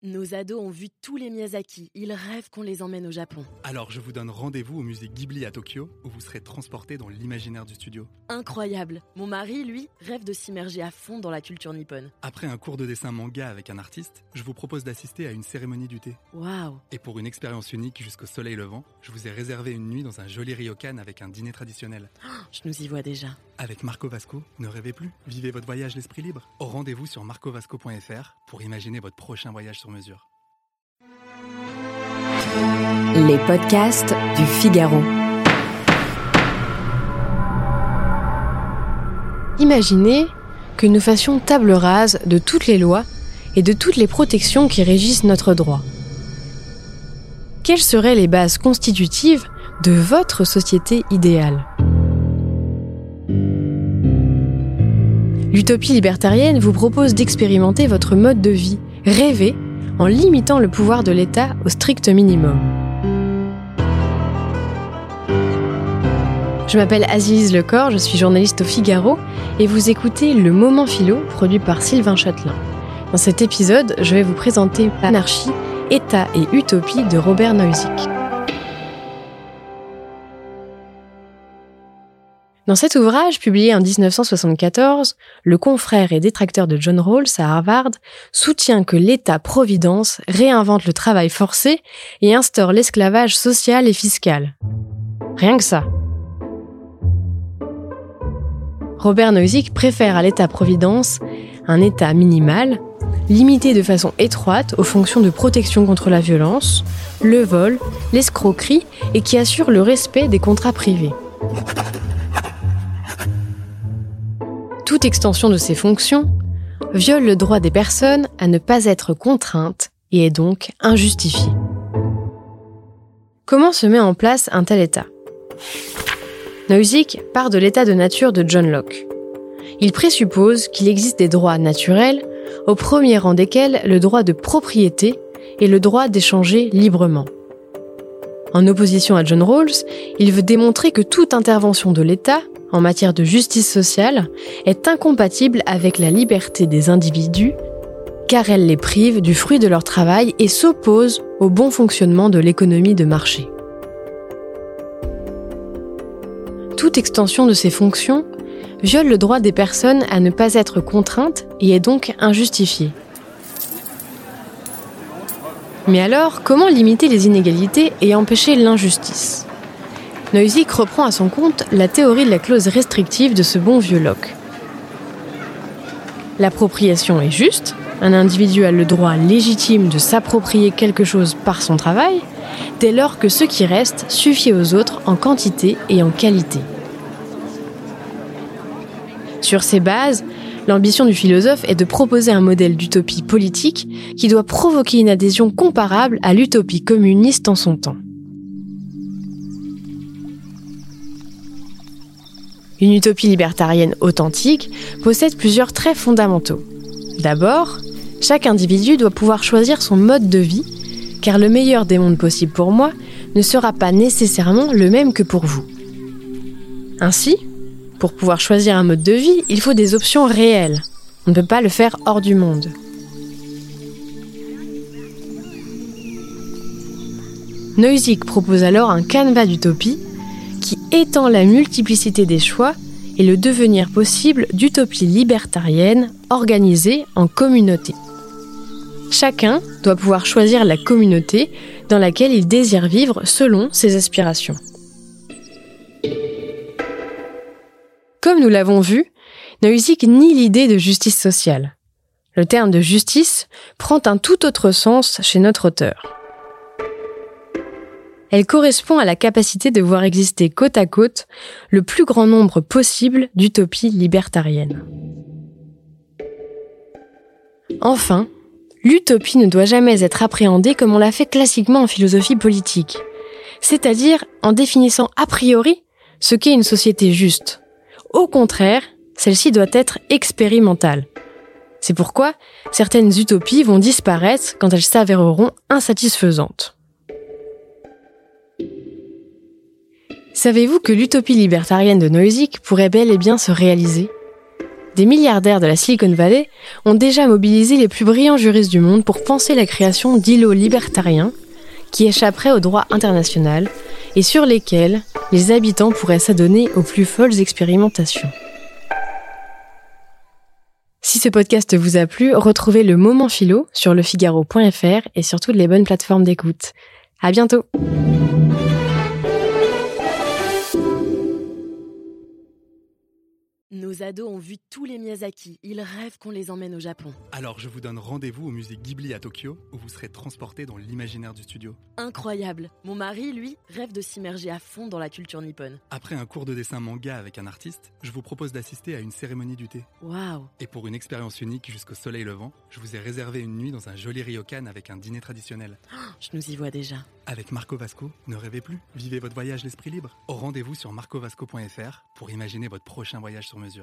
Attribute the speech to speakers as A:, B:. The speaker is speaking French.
A: Nos ados ont vu tous les Miyazaki. Ils rêvent qu'on les emmène au Japon.
B: Alors je vous donne rendez-vous au musée Ghibli à Tokyo, où vous serez transportés dans l'imaginaire du studio.
A: Incroyable. Mon mari, lui, rêve de s'immerger à fond dans la culture nippone.
B: Après un cours de dessin manga avec un artiste, je vous propose d'assister à une cérémonie du thé.
A: Waouh.
B: Et pour une expérience unique jusqu'au soleil levant, je vous ai réservé une nuit dans un joli ryokan avec un dîner traditionnel.
A: Je nous y vois déjà.
B: Avec Marco Vasco, ne rêvez plus, vivez votre voyage l'esprit libre. Au rendez-vous sur marcovasco.fr pour imaginer votre prochain voyage sur mesure.
C: Les podcasts du Figaro. Imaginez que nous fassions table rase de toutes les lois et de toutes les protections qui régissent notre droit. Quelles seraient les bases constitutives de votre société idéale ? L'utopie libertarienne vous propose d'expérimenter votre mode de vie rêvé en limitant le pouvoir de l'État au strict minimum. Je m'appelle Aziz Lecor, je suis journaliste au Figaro et vous écoutez Le Moment Philo, produit par Sylvain Châtelain. Dans cet épisode, je vais vous présenter Anarchie, État et Utopie de Robert Nozick. Dans cet ouvrage, publié en 1974, le confrère et détracteur de John Rawls à Harvard soutient que l'État-providence réinvente le travail forcé et instaure l'esclavage social et fiscal. Rien que ça. Robert Nozick préfère à l'État-providence un État minimal, limité de façon étroite aux fonctions de protection contre la violence, le vol, l'escroquerie et qui assure le respect des contrats privés. Toute extension de ces fonctions viole le droit des personnes à ne pas être contraintes et est donc injustifiée. Comment se met en place un tel état ? Nozick part de l'état de nature de John Locke. Il présuppose qu'il existe des droits naturels, au premier rang desquels le droit de propriété et le droit d'échanger librement. En opposition à John Rawls, il veut démontrer que toute intervention de l'État en matière de justice sociale est incompatible avec la liberté des individus car elle les prive du fruit de leur travail et s'oppose au bon fonctionnement de l'économie de marché. Toute extension de ces fonctions viole le droit des personnes à ne pas être contraintes et est donc injustifiée. Mais alors, comment limiter les inégalités et empêcher l'injustice ? Nozick reprend à son compte la théorie de la clause restrictive de ce bon vieux Locke. L'appropriation est juste, un individu a le droit légitime de s'approprier quelque chose par son travail, dès lors que ce qui reste suffit aux autres en quantité et en qualité. Sur ces bases, l'ambition du philosophe est de proposer un modèle d'utopie politique qui doit provoquer une adhésion comparable à l'utopie communiste en son temps. Une utopie libertarienne authentique possède plusieurs traits fondamentaux. D'abord, chaque individu doit pouvoir choisir son mode de vie, car le meilleur des mondes possibles pour moi ne sera pas nécessairement le même que pour vous. Ainsi, pour pouvoir choisir un mode de vie, il faut des options réelles. On ne peut pas le faire hors du monde. Nozick propose alors un canevas d'utopie qui étend la multiplicité des choix et le devenir possible d'utopie libertarienne organisée en communauté. Chacun doit pouvoir choisir la communauté dans laquelle il désire vivre selon ses aspirations. Comme nous l'avons vu, Nozick nie l'idée de justice sociale. Le terme de justice prend un tout autre sens chez notre auteur. Elle correspond à la capacité de voir exister côte à côte le plus grand nombre possible d'utopies libertariennes. Enfin, l'utopie ne doit jamais être appréhendée comme on l'a fait classiquement en philosophie politique, c'est-à-dire en définissant a priori ce qu'est une société juste. Au contraire, celle-ci doit être expérimentale. C'est pourquoi certaines utopies vont disparaître quand elles s'avéreront insatisfaisantes. Savez-vous que l'utopie libertarienne de Nozick pourrait bel et bien se réaliser ? Des milliardaires de la Silicon Valley ont déjà mobilisé les plus brillants juristes du monde pour penser la création d'îlots libertariens qui échapperaient au droit international et sur lesquels les habitants pourraient s'adonner aux plus folles expérimentations. Si ce podcast vous a plu, retrouvez le Moment Philo sur lefigaro.fr et sur toutes les bonnes plateformes d'écoute. À bientôt!
A: Nos ados ont vu tous les Miyazaki. Ils rêvent qu'on les emmène au Japon.
B: Alors je vous donne rendez-vous au musée Ghibli à Tokyo, où vous serez transporté dans l'imaginaire du studio.
A: Incroyable. Mon mari, lui, rêve de s'immerger à fond dans la culture nippone.
B: Après un cours de dessin manga avec un artiste, je vous propose d'assister à une cérémonie du thé.
A: Waouh.
B: Et pour une expérience unique jusqu'au soleil levant, je vous ai réservé une nuit dans un joli ryokan avec un dîner traditionnel.
A: Je nous y vois déjà.
B: Avec Marco Vasco, ne rêvez plus, vivez votre voyage l'esprit libre. Rendez-vous sur marcovasco.fr pour imaginer votre prochain voyage sur mesure.